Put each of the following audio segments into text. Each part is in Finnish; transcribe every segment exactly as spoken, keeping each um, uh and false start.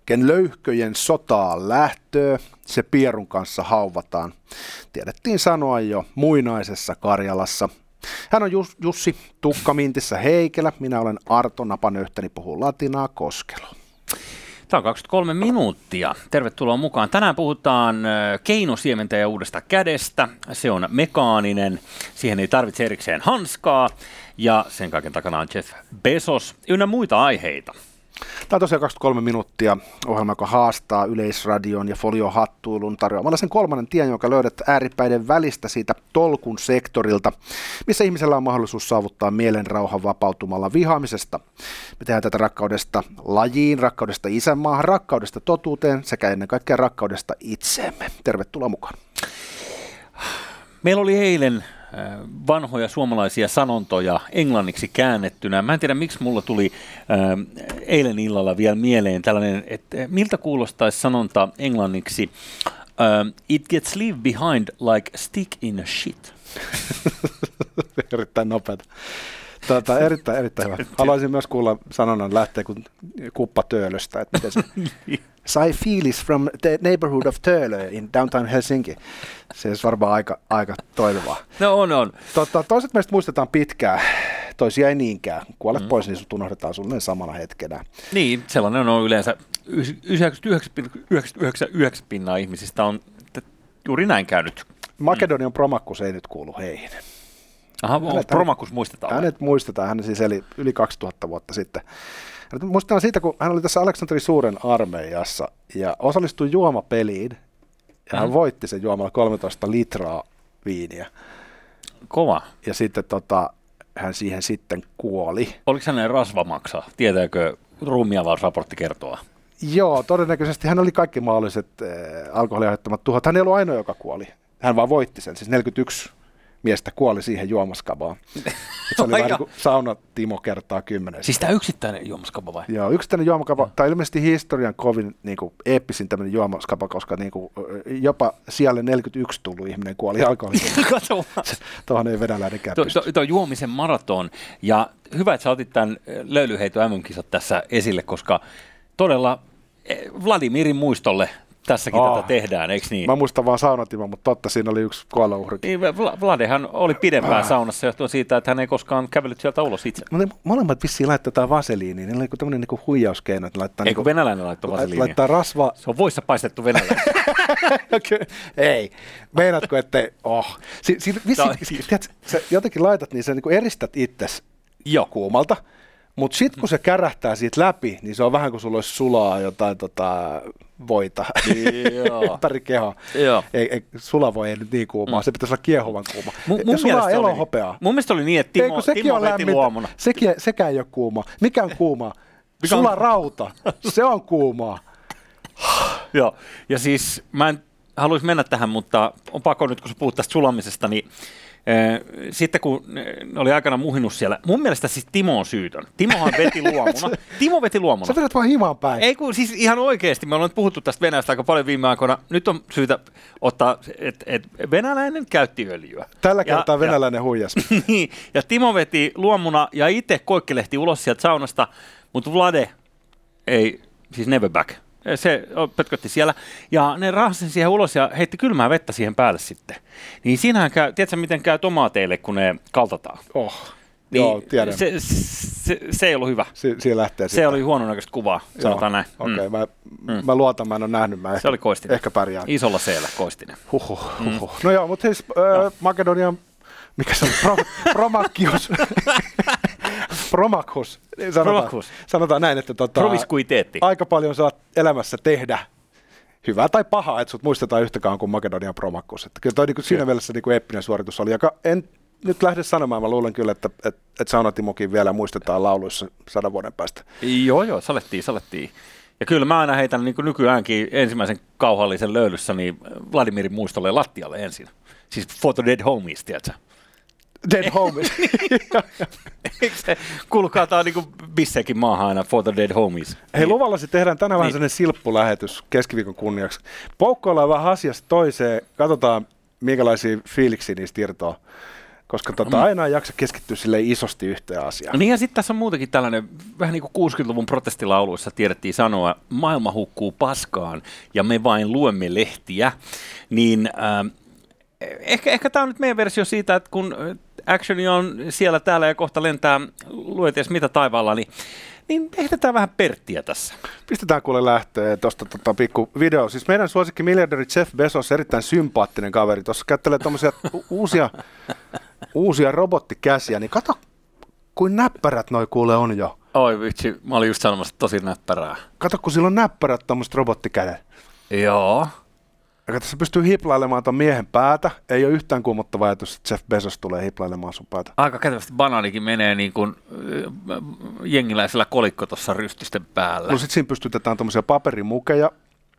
ken löyhköjen sotaa lähtöä, se pierun kanssa hauvataan. Tiedettiin sanoa jo muinaisessa Karjalassa. Hän on Jus- Jussi Tukkamintissä Heikelä, minä olen Arto Napanöyhtäni, puhuu latinaa Koskelo. Tämä on kaksikymmentäkolme minuuttia. Tervetuloa mukaan. Tänään puhutaan keinosiementäjä uudesta kädestä. Se on mekaaninen, siihen ei tarvitse erikseen hanskaa ja sen kaiken takana on Jeff Bezos ynnä muita aiheita. Tämä on tosiaan kaksikymmentäkolme minuuttia ohjelma, joka haastaa Yleisradion ja foliohattuilun tarjoamalla sen kolmannen tien, jonka löydät ääripäiden välistä siitä tolkun sektorilta, missä ihmisellä on mahdollisuus saavuttaa mielenrauha vapautumalla vihaamisesta. Me tehdään tätä rakkaudesta lajiin, rakkaudesta isänmaahan, rakkaudesta totuuteen sekä ennen kaikkea rakkaudesta itseemme. Tervetuloa mukaan. Meillä oli eilen vanhoja suomalaisia sanontoja englanniksi käännettynä. Mä en tiedä, miksi mulla tuli äh, eilen illalla vielä mieleen tällainen, että miltä kuulostaisi sanonta englanniksi uh, it gets leave behind like stick in a shit. Erittäin nopeata. Tuota, erittäin, erittäin hyvä. Haluaisin myös kuulla sanonnan lähteä kuin kuppa Töölöstä. Että miten se sai fiilis from the neighborhood of Töölö in downtown Helsinki. Se on varmaan aika, aika toivovaa. No on, on. Tuota, toiset meistä muistetaan pitkään, toisia ei niinkään. Kun kuolet mm. pois, niin sut unohdetaan sulle samana hetkenä. Niin, sellainen on yleensä yhdeksänkymmentäyhdeksän pinnaa ihmisistä on juuri näin käynyt. Makedonian Promakkus ei nyt kuulu heihin. Aha, Promakkus muistetaan. Hänet muistetaan, hän siis eli yli kaksituhatta vuotta sitten. Muistetaan siitä, kun hän oli tässä Aleksanteri Suuren armeijassa ja osallistui juomapeliin ja hän mm. voitti sen juomalla kolmetoista litraa viiniä. Kova. Ja sitten tota, hän siihen sitten kuoli. Oliko hänen rasvamaksa? Tietääkö ruumiinavausraportti kertoa? Joo, todennäköisesti hän oli kaikki mahdolliset äh, alkoholiaiheuttamat tuhot. Hän ei ollut ainoa, joka kuoli. Hän vaan voitti sen, siis neljäkymmentäyksi miestä kuoli siihen juomaskabaan. Se oli vähän niin kuin sauna Timo kertaa kymmenen. Siis tämä yksittäinen juomaskaba vai? Joo, yksittäinen juomaskaba. No. Tämä on ilmeisesti historian kovin niin kuin eeppisin tämmöinen juomaskaba, koska niin kuin, jopa siellä neljäkymmentäyksi tullut ihminen kuoli alkoholista. Tuohon ei venäläinenkään pysty. Tuo juomisen maraton. Ja hyvä, että sä otit tämän löylyheito M M-kisat tässä esille, koska todella Vladimirin muistolle tässäkin oh. tätä tehdään, eikö niin? Mä muistan vaan Saunatimo, mutta totta, siinä oli yksi kuolouhrikin. Niin, Vladehan oli pidempään ah. saunassa johtuen siitä, että hän ei koskaan kävellyt sieltä ulos itse. No, molemmat vissiin laittaa jotain vaseliiniä, niin oli tämmöinen niin huijauskeino. Että laittaa, ei kun niin venäläinen laittoi vaseliiniä. Laittaa rasva. Se on voissa paistettu venäläinen. Ei, meinaatko, ettei, oh. Si, si, vissi, no, siis. Tiedätkö, sä jotenkin laitat, niin sä niin eristät itsesi kuumalta. Mutta sitten kun se kärähtää siitä läpi, niin se on vähän kuin sulla olisi sulaa jotain tota, voita ympäri kehoa. Ei, ei, sulavoi ei nyt niin kuumaa, mm. se pitäisi olla kiehuvan kuuma. M- ja sulaa elohopeaa. Mun mielestä oli niin, että Timo, ei, Timo veti luomuna. Sekin, sekään ei ole kuumaa. Mikä on kuumaa? Sula rauta. Se on kuumaa. Joo, ja siis mä en haluaisi mennä tähän, mutta on pakko nyt, kun sä puhut tästä sulamisesta, niin sitten kun ne oli aikana muhinut siellä, mun mielestä siis Timo on syytön. Timohan veti luomuna. Timo veti luomuna. Sä vedät vaan himaan päin. Ei kun siis ihan oikeasti, me ollaan puhuttu tästä Venäjästä aika paljon viime aikoina. Nyt on syytä ottaa, että et venäläinen käytti öljyä. Tällä kertaa ja, venäläinen huijas. Niin, ja Timo veti luomuna ja itse koikkelehti ulos sieltä saunasta, mutta Vlade ei, siis never back. Se pötkötti siellä, ja ne rahasi siihen ulos ja heitti kylmää vettä siihen päälle sitten. Niin siinähän käy, tiedätkö miten käy tomaateille, kun ne kaltataan? Oh, niin joo, tiedän. Se, se, se ei ollut hyvä. Si- siinä lähtee Se sitä. Oli huononäköistä kuvaa, joo, sanotaan näin. Okei, okay, mm. mä, mm. mä luotan, mä en ole nähnyt, mä se ehkä, oli Koistinen. Ehkä pärjään. Isolla C-llä Koistinen. Huhhuh, huhhuh. Mm. No joo, mutta siis äh, no. Makedonian, mikä se on, Pro, Promakkius. Promakkus. Sanotaan, sanotaan näin, että tota, aika paljon saat elämässä tehdä hyvää tai pahaa, että sut muistetaan yhtäkään kuin Makedonian Promakkus. Että kyllä toi niin siinä mielessä niin eeppinen suoritus oli, joka en nyt lähde sanomaan, mä luulen kyllä, että, että, että Saunatimokin vielä muistetaan lauluissa sadan vuoden päästä. Joo, joo, salettiin, salettiin. Ja kyllä mä aina heitän niin kuin nykyäänkin ensimmäisen kauhallisen löylyssä niin Vladimirin muistolle lattialle ensin. Siis for the dead homies, tiedätkö? Dead homies. Eikö se, kuulukaa tää niinku bisseekin maahan aina for the dead homies. Hei, luvallasi tehdään tänään niin. vähän sellainen silppulähetys keskiviikon kunniaksi. Poukkoillaan vähän asiasta toiseen, katsotaan minkälaisia fiiliksiä niistä irtoaa. koska tota, aina ei jaksa keskittyä silleen isosti yhteen asiaan. Niin ja sitten tässä on muutenkin tällainen, vähän niin kuin kuusikymmentäluvun protestilauluissa tiedettiin sanoa, maailma hukkuu paskaan ja me vain luemme lehtiä, niin äh, ehkä, ehkä tämä on nyt meidän versio siitä, että kun actioni on siellä täällä ja kohta lentää lueties mitä taivaalla, niin niin heitetään vähän Perttiä tässä. Pistetään kuule lähteä tuosta tota, pikku video. Siis meidän suosikki miljarderi Jeff Bezos, erittäin sympaattinen kaveri. Tuossa käyttelee tuommoisia uusia, uusia robottikäsiä, niin kato, kuin näppärät noi kuule on jo. Oi vitsi, mä olin just sanomassa tosi näppärää. Kato, kun sillä on näppärät tuommoiset robottikädet. Joo. Ja kato, se pystyy hiplailemaan ton miehen päätä. Ei ole yhtään kuumottava ajatus, että Jeff Bezos tulee hiplailemaan sun päätä. Aika kätevästi banaanikin menee niin kuin jengiläisellä kolikko tuossa rystysten päällä. No sit siinä pystytetään tuommoisia paperimukeja.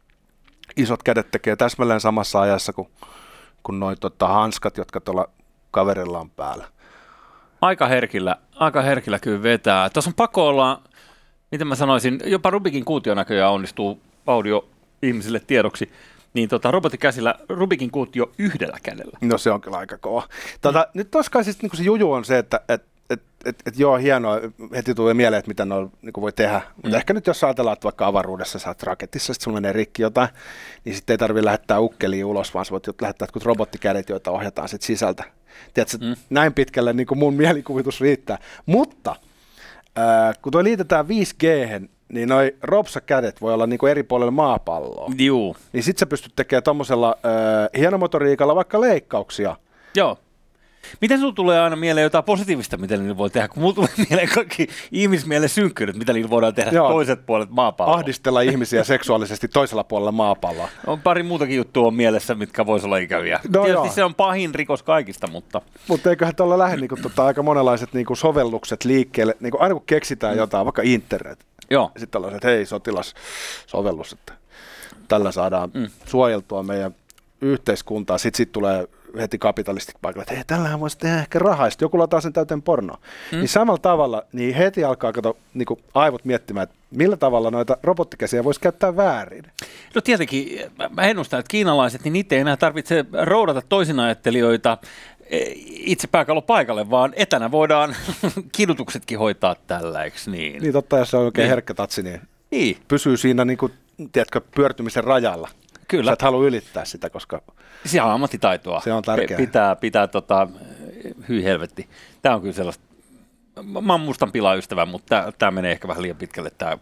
Isot kädet tekee täsmälleen samassa ajassa kuin, kuin noi tota, hanskat, jotka tuolla kaverilla on päällä. Aika herkillä, aika herkillä kyllä vetää. Tuossa on pakko olla, miten mä sanoisin, jopa Rubikin kuutio näköjään onnistuu audio ihmisille tiedoksi. Niin tota, robottikäsillä Rubikin kuutio yhdellä kädellä. No se on kyllä aika kova. Tota, mm. Nyt toskaan siis niin se juju on se, että et, et, et, et joo, hienoa, heti tulee mieleen, että mitä noilla niin voi tehdä. Mm. Mutta ehkä nyt jos ajatellaan, että vaikka avaruudessa sä oot raketissa, sitten sulla menee rikki jotain, niin sitten ei tarvitse lähettää ukkeliin ulos, vaan sä voit lähettää jotkut robottikädet, joita ohjataan sitten sisältä. Tiedätkö, mm. näin pitkälle niin kuin mun mielikuvitus riittää. Mutta äh, kun tuo liitetään viisi G-hen, niin noi ropsakädet voi olla niinku eri puolella maapalloa. Juu. Niin sit sä pystyt tekemään tommosella äh, hienomotoriikalla vaikka leikkauksia. Joo. Miten sulla tulee aina mieleen jotain positiivista, mitä niillä voi tehdä? Kun mulla tulee mieleen kaikki ihmismielen synkkyydet, mitä niillä voidaan tehdä Joo. toiset puolet maapalloa. Ahdistella ihmisiä seksuaalisesti toisella puolella maapalloa. On pari muutakin juttua on mielessä, mitkä vois olla ikäviä. No Tietysti joo. se on pahin rikos kaikista, mutta... Mutta eiköhän tuolla lähde niinku, tota, aika monenlaiset niinku, sovellukset liikkeelle. Niinku, aina kun keksitään mm. jotain, vaikka internet. Joo. Sitten tällaiset, että hei, sotilassovellus, että tällä saadaan mm. suojeltua meidän yhteiskuntaa. Sitten sit tulee heti kapitalistit paikalle, että hei, tällähän voisi tehdä ehkä rahaa, sitten joku lataa sen täyteen pornoa. Mm. Niin samalla tavalla, niin heti alkaa kato, niin kuin aivot miettimään, että millä tavalla noita robottikäsiä voisi käyttää väärin. No tietenkin, mä ennustan, että kiinalaiset, niin niitä ei enää tarvitse roudata toisinajattelijoita itse pääkallo paikalle, vaan etänä voidaan kidutuksetkin hoitaa tällä, eikö niin? Niin totta, jos se on oikein niin. herkkä tatsi, niin, niin pysyy siinä niin kuin, tiedätkö, pyörtymisen rajalla. Kyllä. Sä et halua ylittää sitä, koska... Se on ammattitaitoa. Se on tärkeää. Pitää, pitää tota, hyi helvetti. Tämä on kyllä sellaista, mä oon mustan pilaystävä, mutta tämä menee ehkä vähän liian pitkälle. Tää.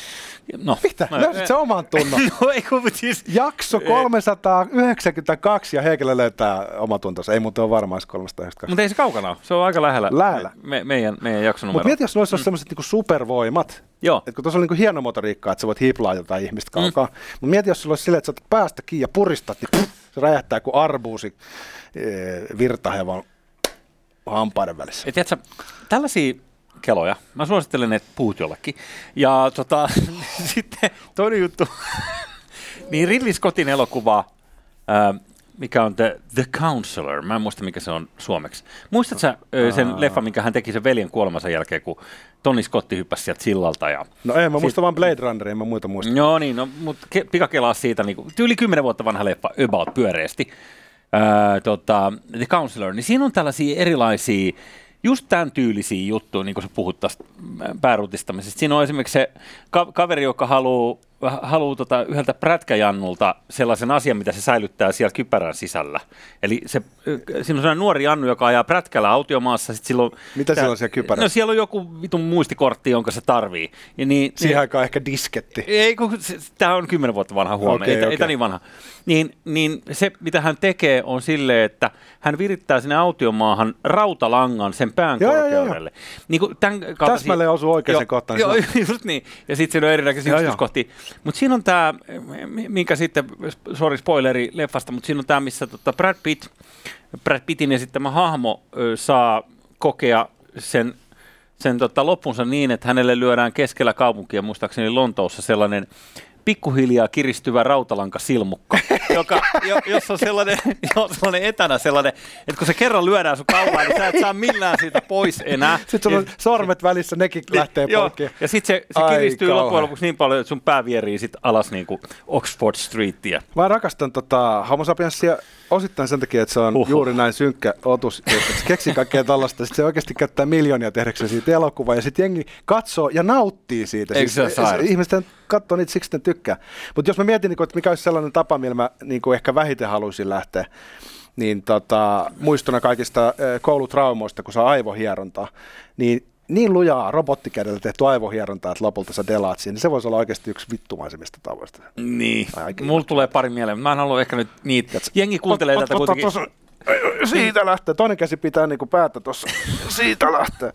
No, mitä? Mä, Löysit se oman tunnon? No ei kun siis... Jakso kolmesataayhdeksänkymmentäkaksi ja Heikele löytää omatuntonsa. Ei muuten ole varmaan kolmesataayhdeksänkymmentäkaksi. Mutta ei se kaukana ole. Se on aika lähellä, lähellä. Me, meidän, meidän jaksonumero. Mutta mieti, jos olisi mm. sellaiset niinku supervoimat. Joo. Et kun tuossa on niinku hieno motoriikkaa, että sä voit hiplaa jotain ihmistä kaukaa. Mm. Mutta mieti, jos sulla olisi silleen, että sä otat päästä kiinni ja puristat, niin pff, se räjähtää kuin arbuusi e, virtahevon hampaiden välissä. Ja tiedätkö, tällaisia keloja, mä suosittelen, että puhut jollekin. Ja tota, sitten toinen juttu, niin Ridley Scottin elokuva, ää, mikä on The, The Counselor, mä en muista mikä se on suomeksi. Muistatko sä sen Aa. leffan, minkä hän teki sen veljen kuolemansa jälkeen, kun Tony Scotti hyppäsi sieltä sillalta? Ja no ei, mä sit... muistan vaan Blade Runneria, en mä muita muista. Joo niin, no, mutta ke- pikakelaa siitä, niin kuin, yli kymmenen vuotta vanha leffa, about pyöreästi, ää, tota, The Counselor, niin siinä on tällaisia erilaisia, just tämän tyylisiä juttuja, niin kuin sä puhut tästä pääruutistamisesta. Siinä on esimerkiksi se ka- kaveri, joka haluaa haluu tota yhdeltä prätkäjannulta sellaisen asian, mitä se säilyttää siellä kypärän sisällä. Eli se, siinä on sellainen nuori Jannu, joka ajaa prätkällä autiomaassa. Sit silloin, mitä siellä on siellä kypärässä? No siellä on joku vitun muistikortti, jonka se tarvii. Ja niin, siihen niin, aikaan ehkä disketti. Ei, kun tämä on kymmenen vuotta vanha huomio, okay, ei, okay. ei tämä niin vanha. Niin, niin se, mitä hän tekee, on silleen, että hän virittää sinne autiomaahan rautalangan sen pään joo, korkeudelle. Joo, joo. Niin tämän täsmälleen osuu oikeaan kohtaan. Joo, just niin. Ja sitten siinä on erinäköisiä yksityiskohtia. Mutta siinä on tämä, minkä sitten, sorry spoileri leffasta, mutta siinä on tämä, missä tota Brad Pitt, Brad Pittin esittämä hahmo ö, saa kokea sen, sen tota, loppunsa niin, että hänelle lyödään keskellä kaupunkia, muistaakseni Lontoossa sellainen pikkuhiljaa kiristyvä rautalankasilmukka, joka, jo, jos on sellainen, jos on sellainen etänä sellainen, että kun se kerran lyödään sun kaulaan, niin sä et saa millään siitä pois enää. Sitten sulla on ja, sormet välissä, nekin lähtee polkeen. Ja sitten se, se kiristyy loppujen lopuksi niin paljon, että sun pää vierii sit alas niin kuin Oxford Streetia. Mä rakastan tota Homo sapiensia osittain sen takia, että se on Uhuh. juuri näin synkkä otus, että se keksii kaikkea tällaista, sitten se oikeasti käyttää miljoonia tehdäkseen siitä elokuvaa, ja sitten jengi katsoo ja nauttii siitä. Eikö siis, se ole ihmiset katsoo niitä, siksi ne tykkää. Mutta jos mä mietin, että mikä olisi sellainen tapa, millä mä niin ehkä vähiten haluaisin lähteä, niin tota, muistona kaikista koulutraumoista, kun saa aivohierontaa, niin niin lujaa robottikädellä tehty aivohierontaa, että lopulta sä delaat siinä, niin se voisi olla oikeasti yksi vittumaisemmista tavoista. Niin, mulla tulee pari mieleen. Mä en halua ehkä nyt niitä. Jengi kuuntelee ot, tätä ot, kuitenkin. Tos, siitä lähtee. Toinen käsi pitää niinku päätä tuossa. Siitä lähtee.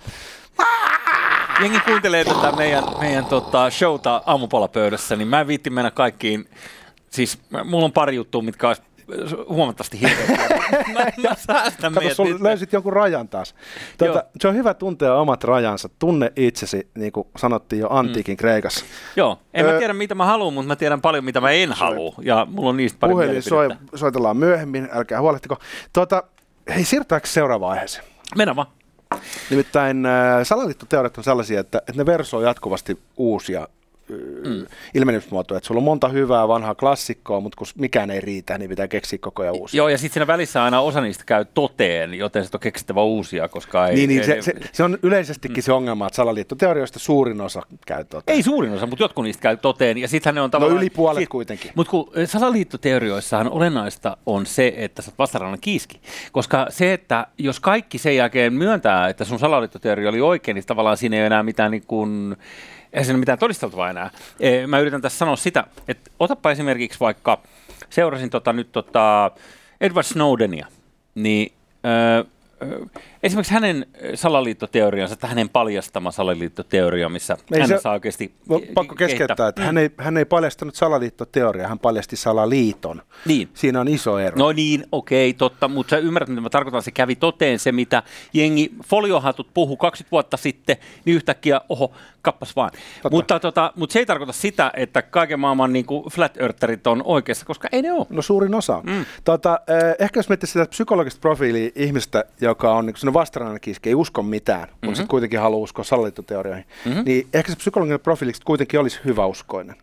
Jengi kuuntelee tätä meidän, meidän tota, showta aamupalapöydässä, niin mä en viitti mennä kaikkiin. Siis mulla on pari juttua, mitkä olisi huomattavasti hirveä. mä, mä säästän meidät. Kato, löysit jonkun rajan taas. Tuota, se on hyvä tuntea omat rajansa. Tunne itsesi, niin kuin sanottiin jo antiikin mm. Kreikassa. Joo, en öö, mä tiedä mitä mä haluan, mutta mä tiedän paljon mitä mä en halua. Ja mulla on niistä paljon puhelin soi, soitellaan myöhemmin, älkää huolehtiko. Tuota, hei, siirrytäänkö seuraavaan aiheeseen? Mennään vaan. Nimittäin äh, salaliittoteoriat on sellaisia, että, että ne versoo jatkuvasti uusia Mm. ilmenemismuotoja, että sulla on monta hyvää vanhaa klassikkoa, mutta kun mikään ei riitä, niin pitää keksiä koko ajan uusia. Joo, ja sitten siinä välissä aina osa niistä käy toteen, joten se on keksittävä uusia, koska ei... Niin, niin ei, se, ei, se, se on yleisestikin mm. se ongelma, että salaliittoteorioista suurin osa käy toteen. Ei suurin osa, mutta jotkut niistä käy toteen, ja sittenhän ne on tavallaan... No yli puolet sit, kuitenkin. Mutta kun salaliittoteorioissahan olennaista on se, että sä oot vastarannan kiiski, koska se, että jos kaikki sen jälkeen myöntää, että sun salaliittoteoria oli oikein, niin tavallaan siinä ei ole enää mitään niin kuin... Eihän siinä mitään todisteltavaa enää. Mä yritän tässä sanoa sitä, että otapa esimerkiksi vaikka, seurasin tota, nyt tota Edward Snowdenia, niin öö, esimerkiksi hänen salaliittoteoriansa, että hänen paljastama salaliittoteoria, missä ei hän se, saa oikeasti pakko keskeyttää, että mm. hän, ei, hän ei paljastanut salaliittoteoriaa, hän paljasti salaliiton. Niin. Siinä on iso ero. No niin, okei, totta, mutta sä ymmärrät, mitä mä tarkoitan, se kävi toteen se, mitä jengi foliohatut puhu kaksikymmentä vuotta sitten, niin yhtäkkiä, oho, kappas vaan. Mutta, tota, mutta se ei tarkoita sitä, että kaiken maailman niin kuin flat eartherit on oikeassa, koska ei ne ole. No suurin osa. Mm. Tota, ehkä jos miettii sitä psykologista profiilia ihmistä, joka on niin vastarannan kiiski, ei usko mitään, mm-hmm. mutta sitten kuitenkin haluaa uskoa salaliittoteorioihin, mm-hmm. niin ehkä se psykologinen profiili kuitenkin olisi hyväuskoinen.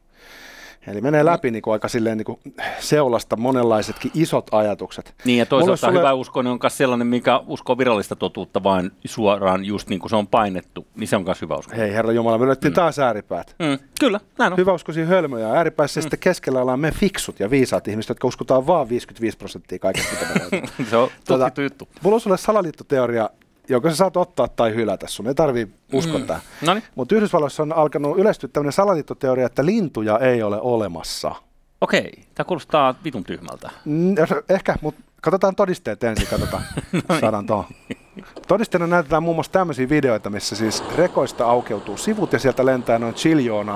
Eli menee läpi niin kuin aika silleen niin kuin seulasta monenlaisetkin isot ajatukset. Niin ja toisaalta sulle... hyvä uskoinen on myös sellainen, mikä uskoo virallista totuutta vain suoraan just niin kuin se on painettu, niin se on myös hyvä uskoinen. Hei herra Jumala, me löydettiin mm. taas ääripäät. Mm. Kyllä, näin on. Hyväuskoisia hölmöjä. Ääripäissä mm. sitten keskellä ollaan me fiksut ja viisaat ihmiset, jotka uskotaan vaan viisikymmentäviisi prosenttia kaikesta, mitä me se on tutkittu tuota, juttu. Mulla on sulle salaliittoteoria, joka sä saat ottaa tai hylätä. Sun ei tarvii uskoa mm. tähän. Mutta Yhdysvalloissa on alkanut yleistyä tämmöinen salaliittoteoria, että lintuja ei ole olemassa. Okei, tämä kuulostaa vitun tyhmältä. Mm, ehkä, mutta katsotaan todisteet ensin, katsotaan, saadaan tuohon. Todisteena näytetään muun muassa tämmöisiä videoita, missä siis rekoista aukeutuu sivut ja sieltä lentää noin chiljoona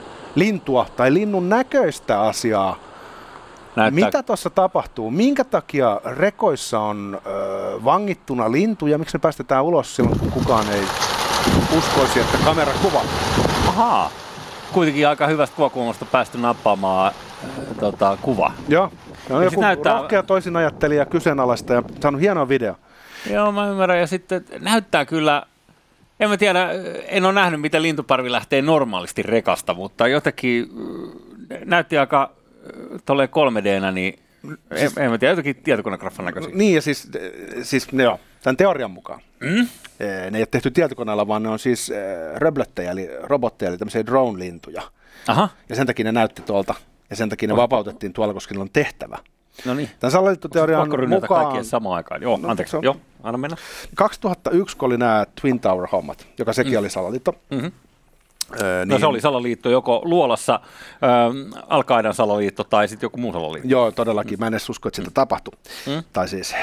lintua tai linnun näköistä asiaa. Näyttää. Mitä tuossa tapahtuu? Minkä takia rekoissa on ö, vangittuna lintuja? Miksi ne päästetään ulos silloin, kun kukaan ei uskoisi, että kamera kuvaa? Ahaa. Kuitenkin aika hyvästä kuvakulmasta päästy nappaamaan äh, tota, kuva. Joo. No, joku näyttää... rohkea toisinajattelija kyseenalaista ja saanut hienoa video. Joo, mä ymmärrän. Ja sitten näyttää kyllä, en mä tiedä, en ole nähnyt, miten lintuparvi lähtee normaalisti rekasta, mutta jotenkin näytti aika tolleen kolme D-nä, niin siis, en, en mä tiedä, jotenkin tietokonegraffan näköisiä. Niin, ja siis, siis ne joo, tämän teorian mukaan. Mm? Ne ei ole tehty tietokoneella, vaan ne on siis röblöttejä, eli robotteja, eli tämmöisiä drone-lintuja. Aha. Ja sen takia ne näytti tuolta, ja sen takia ne vapautettiin tuolla, koska niillä on tehtävä. No niin. Tämän salaliittoteorian mukaan... kaikkien samaan aikaan. Joo, no, anteeksi. Joo, anna mennä. kaksituhattayksi oli nämä Twin Tower-hommat, joka sekin mm. oli salaliitto. Mm-hmm. Öö, no niin. Se oli salaliitto joko Luolassa, äh, Al-Qaidan salaliitto tai sitten joku muu salaliitto. Joo, todellakin. Mä en edes usko, että sitä mm. tapahtui. Mm. Tai siis,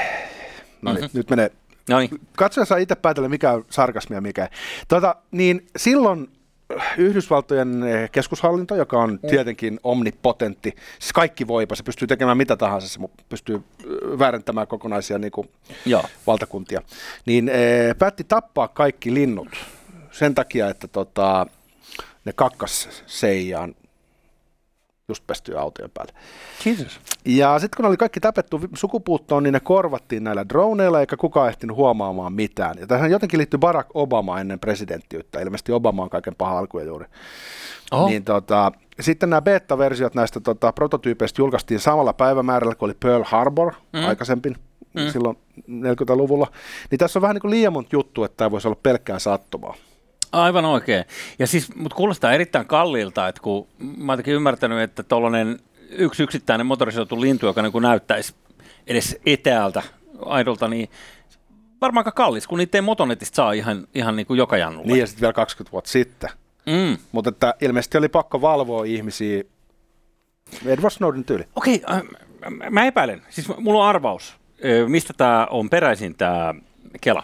no niin, mm-hmm. nyt menee. Noniin. Katsoja saa itse päätellä, mikä on sarkasmia ja mikä ei. Tota, niin silloin Yhdysvaltojen keskushallinto, joka on tietenkin omnipotentti, siis kaikki voipa, se pystyy tekemään mitä tahansa, se pystyy väärentämään kokonaisia niin kuin valtakuntia, niin e, päätti tappaa kaikki linnut sen takia, että tota, ne kakkas Seijaan just pestyä autojen päälle. Jesus. Ja sitten kun ne oli kaikki tapettu sukupuuttoon, niin ne korvattiin näillä droneilla, eikä kukaan ehtinyt huomaamaan mitään. Ja tähän jotenkin liittyy Barack Obama ennen presidenttiyttä. Ilmeisesti Obama on kaiken paha alkuja juuri. Oh. Niin, tota, sitten nämä beta-versiot näistä tota, prototyypeistä julkaistiin samalla päivämäärällä, kun oli Pearl Harbor mm. aikaisemmin, mm. silloin neljäkymmentäluvulla. Niin tässä on vähän niin kuin liian monta juttu, että tämä voisi olla pelkkään sattumaa. Aivan oikein. Ja siis, mutta kuulostaa erittäin kalliilta, että kun mä oon ymmärtänyt, että tuollainen yksi yksittäinen motorisoitu lintu, joka niin kuin näyttäisi edes etäältä aidolta, niin varmaan aika kallis, kun niitä ei motonetista saa ihan, ihan niin kuin joka jannulla. Niin ja sitten vielä kaksikymmentä vuotta sitten. Mm. Mutta että ilmeisesti oli pakko valvoa ihmisiä Edward Snowden tyyli. Okei, äh, mä epäilen. Siis mulla on arvaus, mistä tämä on peräisin tämä Kela.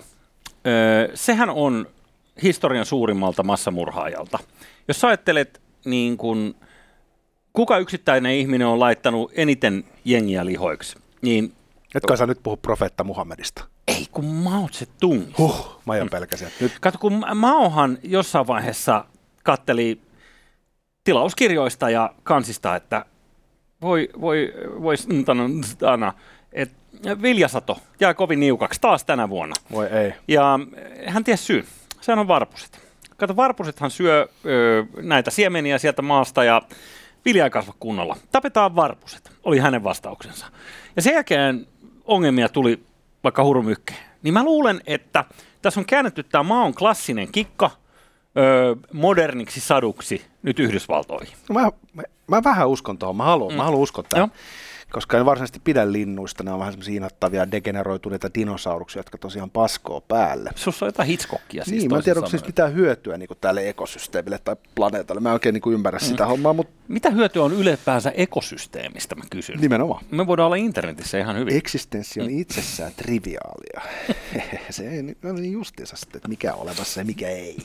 Sehän on historian suurimmalta massamurhaajalta. Jos sä ajattelet, niin kun, kuka yksittäinen ihminen on laittanut eniten jengiä lihoiksi, niin... Etkö sä nyt puhu profeetta Muhammedista? Ei, kun Mao Tse-tung. Huh, mä ajan pelkäsin. Nyt. Kato, kun Maohan jossain vaiheessa katteli tilauskirjoista ja kansista, että voi, voi, voi Ntana, että viljasato jää kovin niukaksi taas tänä vuonna. Voi ei. Ja hän tiesi syyn. Sehän on varpuset. Kato, varpusethan syö ö, näitä siemeniä sieltä maasta ja vilja ei kasva kunnolla. Tapetaan varpuset, oli hänen vastauksensa. Ja sen jälkeen ongelmia tuli vaikka hurumykkeen. Niin mä luulen, että tässä on käännetty tämä Maon klassinen kikka ö, moderniksi saduksi nyt Yhdysvaltoihin. No mä, mä, mä vähän uskon tuohon. Mä haluan, mm. mä haluan uskoa tämän. Koska en varsinaisesti pidä linnuista, ne on vähän semmoisia inhottavia degeneroituneita dinosauruksia, jotka tosiaan paskoo päälle. Sussa on jotain Hitchcockia siis. Niin, mä en tiedä, onko siis mitään hyötyä niin kuin tälle ekosysteemille tai planeetalle. Mä en oikein niin kuin ymmärrä mm. sitä hommaa, mutta... Mitä hyötyä on ylipäänsä ekosysteemistä, mä kysyn? Nimenomaan. Me voidaan olla internetissä ihan hyvin. Eksistenssi on itsessään triviaalia. Se ei niin justiinsa sitten, että mikä on olemassa ja mikä ei.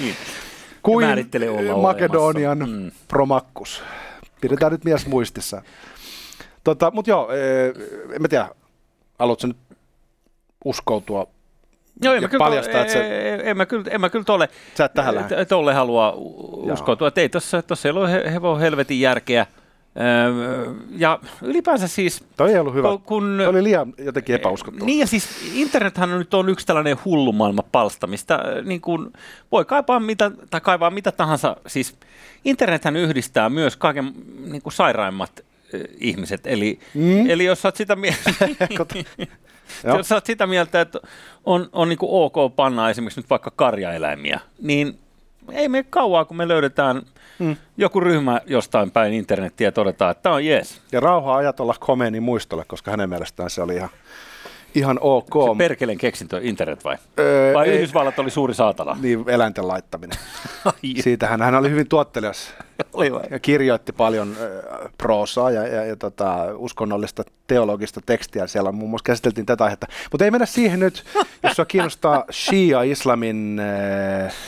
Kuin Makedonian mm. Promachus. Pidetään okay. nyt mies muistissa. Tota, mutta joo, en mä tiedä, haluatko nyt uskoutua joo, en ja kyllä, paljastaa, että se... En mä kyllä, en mä kyllä tolle, sä et tähän lähde. tolle halua uskoutua, että ei tossa, tossa ei ole hevon helvetin järkeä. Ja ylipäänsä siis... Toi ei ollut hyvä, kun, toi oli liian jotenkin epäuskottava. Niin ja siis internethän on nyt on yksi tällainen hullu maailma palsta, mistä niin kuin voi kaivaa mitä, tai kaivaa mitä tahansa. Siis internethän yhdistää myös kaiken niin kuin sairaimmat ihmiset, eli, mm. eli jos sä oot sitä mieltä, jos sä oot sitä mieltä, että on, on niin kuin ok panna esimerkiksi nyt vaikka karjaeläimiä, niin ei mene kauaa, kun me löydetään mm. joku ryhmä jostain päin internettiä ja todetaan, että tämä on jees. Ja rauhaa ajatella Khomeinin muistolle, koska hänen mielestään se oli ihan, ihan ok. Se perkeleen keksintö internet vai? Öö, vai ei, Yhdysvallat oli suuri saatana? Niin, eläinten laittaminen. Siitähän hän oli hyvin tuottelias ja kirjoitti paljon äh, proosaa ja, ja, ja tota, uskonnollista teologista tekstiä. Siellä muun muassa käsiteltiin tätä aihetta. Mutta ei mennä siihen nyt, jos sua kiinnostaa Shia-islamin äh, äh,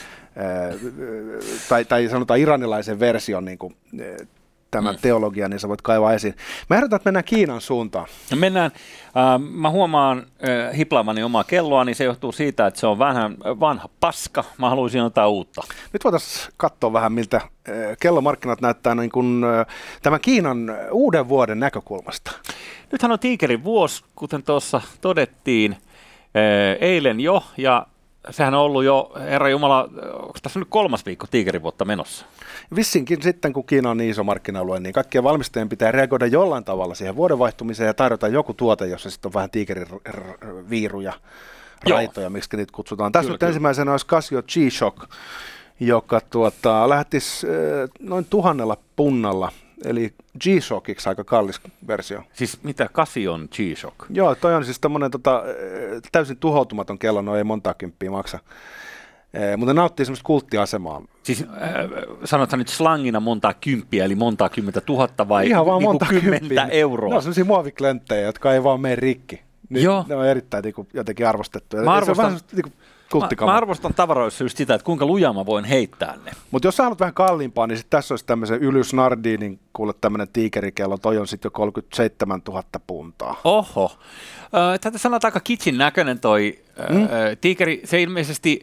tai, tai sanotaan iranilaisen version niin kuin, äh, tämän mm. teologian, niin sä voit kaivaa esiin. Mä ehdotan, että mennään Kiinan suuntaan. Mennään. Äh, mä huomaan äh, hiplaamani omaa kelloa, niin se johtuu siitä, että se on vähän vanha paska. Mä haluaisin jotain uutta. Nyt voitaisiin katsoa vähän, miltä äh, kellomarkkinat näyttää niin kuin, äh, tämän Kiinan uuden vuoden näkökulmasta. Nythän on tiikerin vuosi, kuten tuossa todettiin äh, eilen jo, ja sehän on ollut jo, herra Jumala, onko tässä nyt kolmas viikko tiikerin vuotta menossa? Vissinkin sitten, kun Kiina on niin iso markkina-alue, niin kaikkien valmistajien pitää reagoida jollain tavalla siihen vuoden vaihtumiseen ja tarjota joku tuote, jossa sitten on vähän tiikerin viiruja, raitoja, miksi niitä kutsutaan. Tässä kyllä, nyt kyllä. Ensimmäisenä olisi Casio G-Shock, joka tuota, lähtisi noin tuhannella punnalla, eli G-Shockiksi aika kallis versio. Siis mitä Casion G-Shock? Joo, toi on siis tämmöinen tota, täysin tuhoutumaton kello, no ei montaa kymppiä maksa. Eh, mutta nauttii semmoista kulttiasemaa. Siis äh, sanotko nyt slangina montaa kymppiä, eli montaa kymmentä tuhatta vai ihan vaan niinku monta kymmentä euroa? Ne on semmoisia muoviklenttejä, jotka ei vaan mene rikki. Niin joo. Ne on erittäin niinku, jotenkin arvostettuja. Mä arvostan, niinku, mä, mä arvostan tavaroissa just sitä, että kuinka lujaa mä voin heittää ne. Mutta jos sä haluat vähän kalliimpaa, niin sit tässä olisi tämmöisen Ylys Nardinin, kuule tämmöinen tiikerikello, toi on sitten jo kolmekymmentäseitsemäntuhatta puntaa. Oho. Äh, tätä sanotaan aika kitsin näköinen toi äh, mm. tiikeri. Se ilmeisesti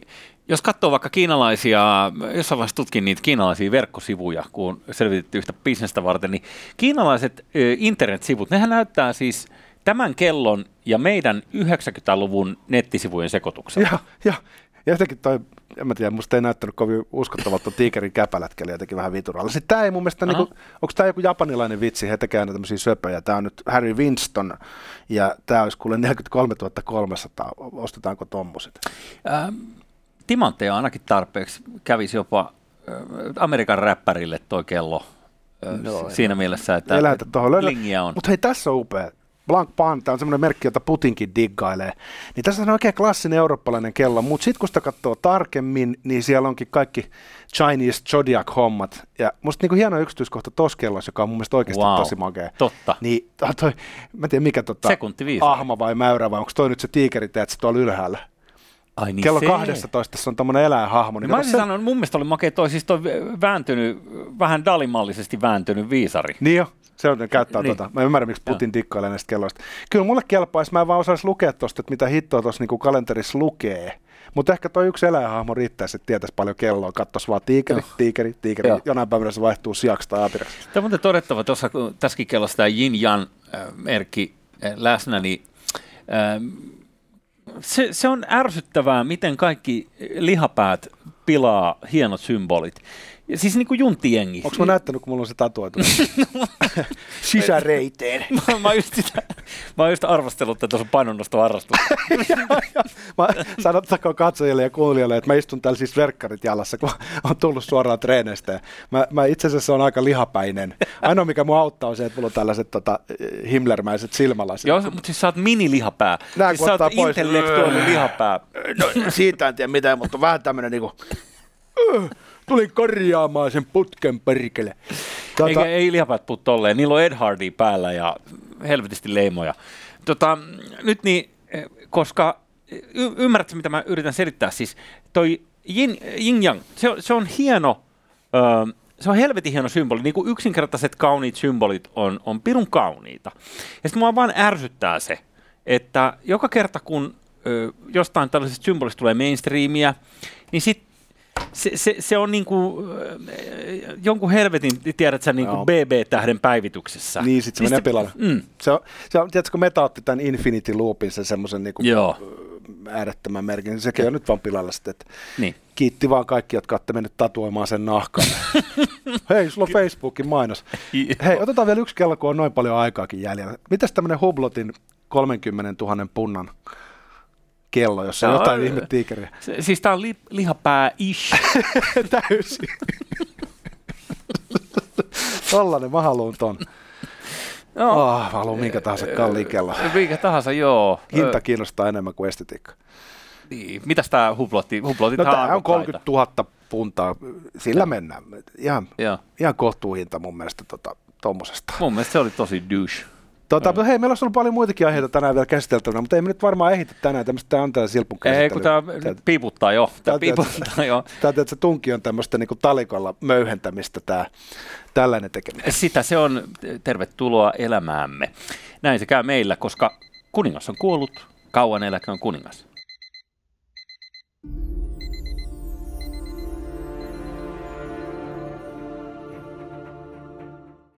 Jos katsoo vaikka kiinalaisia, jossain vaiheessa tutkin niitä kiinalaisia verkkosivuja, kun selvitettiin yhtä bisnestä varten, niin kiinalaiset ö, internetsivut, nehän näyttää siis tämän kellon ja meidän yhdeksänkymmentäluvun nettisivujen sekoituksella. Joo, joo. Ja jotenkin toi, en mä tiedä, musta ei näyttänyt kovin uskottavalta tuon tiikerin käpälätkeli jotenkin vähän vituralla. Sitten tää ei mun mielestä, niinku, onko tää joku japanilainen vitsi, he tekee aina tämmöisiä söpöjä. Tää on nyt Harry Winston ja tää olisi kuule neljäkymmentäkolmetuhatta kolmesataa. Ostetaanko tommoset? Ähm, timantteja ainakin tarpeeksi. Kävisi jopa äh, Amerikan räppärille toi kello äh, no, siinä ei. mielessä, että lingiä on. Mutta hei, tässä on upea. Blanc Pan, tämä on semmoinen merkki, jota Putinkin diggailee. Niin tässä on oikein klassinen eurooppalainen kello, mutta sitten kun sitä katsoo tarkemmin, niin siellä onkin kaikki Chinese Zodiac-hommat. Ja musta niinku hieno yksityiskohta tuossa kellossa, joka on mun mielestä oikeasti wow. tosi makea. Totta. Niin, toi, mä en tiedä mikä tota, ahma vai mäyrä vai onko toi nyt se tiikeri, teet se tuolla ylhäällä. Ai niin kello se. kaksitoista on tämmöinen eläinhahmo. Niin mä olisin se... sanonut, mun mielestä oli makea toi, siis toi vääntynyt, vähän dalimallisesti vääntynyt viisari. Niin jo. Se on, ne käyttää niin. tota. Mä ymmärrän, miksi Putin dikkailee näistä kelloista. Kyllä mulle kelpaisi, mä en vaan osaisi lukea tuosta, että mitä hittoa tuossa niinku kalenterissa lukee. Mutta ehkä toi yksi eläinhahmo riittäisi, että tietäisi paljon kelloa. Kattoisi vaan tiikeri, oh. tiikeri, tiikeri. Joo. Jonain päivänä se vaihtuu siaksi tai apiraksi. Tämä on muuten todettava, tuossa kun tässäkin kellossa tämä Yin-Yang-merkki läsnä, niin äh, se, se on ärsyttävää, miten kaikki lihapäät pilaa hienot symbolit. Ja siis niin kuin juntijengi. Onko mä näyttänyt, kun mulla on se tatuoitu? Sisäreiteen. mä, mä, just sitä, mä oon just arvostellut tätä sun painonnostoharrastusta. Mä sanottakoon katsojille ja kuulijoille, että mä istun täällä siis verkkarit jalassa, kun on tullut suoraan treeneistä. Mä, mä itse asiassa on aika lihapäinen. Ainoa mikä mua auttaa on se, että mulla on tällaiset tota, himlermäiset silmälasit. Joo, mutta siis sä oot mini-lihapää. Nää siis sä oot intellektuaalinen lihapää. No siitä en tiedä mitään, mutta vähän tämmönen niinku... Tulin korjaamaan sen putken perkele. Tota... Eikä, ei lihapäät puhu tolleen. Niillä on Ed Hardy päällä ja helvetisti leimoja. Tota, nyt niin, koska y- ymmärrätkö, mitä mä yritän selittää? Siis toi yin, yin yang, se, se on hieno, ö, se on helvetin hieno symboli. Niin kuin yksinkertaiset kauniit symbolit on, on pirun kauniita. Ja sitten mua vaan ärsyttää se, että joka kerta kun ö, jostain tällaisesta symbolista tulee mainstreamia, niin sitten Se, se, se on niinku äh, jonkun helvetin, tiedät sä, niinku B B-tähden päivityksessä. Niin, sit se menee pilalle. Mm. Se on, se on, tiedätkö, Meta otti tämän Infinity Loopin, sen semmoisen niinku äärettömän merkin, niin sekin on nyt vaan pilalla sitten, että niin. Kiitti vaan kaikki, jotka olette mennyt tatuoimaan sen nahkaan. Hei, sulla on Facebookin mainos. Hei, otetaan vielä yksi kello, kun on noin paljon aikaakin jäljellä. Mitäs tämmönen Hublotin kolmekymmentätuhatta punnan kello, jossa on jotain ihme tiikeriä. Siis tää on li, lihapää-ish. Täysin. Tollanen, mä haluun ton. No, oh, mä haluun minkä tahansa kalliin kello. Minkä tahansa, joo. Hinta kiinnostaa enemmän kuin estetiikka. Niin. Mitäs tää hublotti? No tää on kolmekymmentätuhatta puntaa. Sillä mennään. Ihan, ihan kohtuuhinta mun mielestä tota, tommosesta. Mun mielestä se oli tosi douche. Tota, mm. Hei, meillä on ollut paljon muitakin aiheita tänään vielä käsiteltävänä, mutta ei me nyt varmaan ehditä tänään tämmöistä tämä antaa silpun käsittelyä. Ei, kun tämä piiputtaa jo. Tämä piiputtaa jo. Tämä, että se tunki on tämmöistä niin kuin talikolla möyhentämistä, tämä tällainen tekeminen. Sitä se on. Tervetuloa elämäämme. Näin se käy meillä, koska kuningas on kuollut, kauan eläköön kuningas.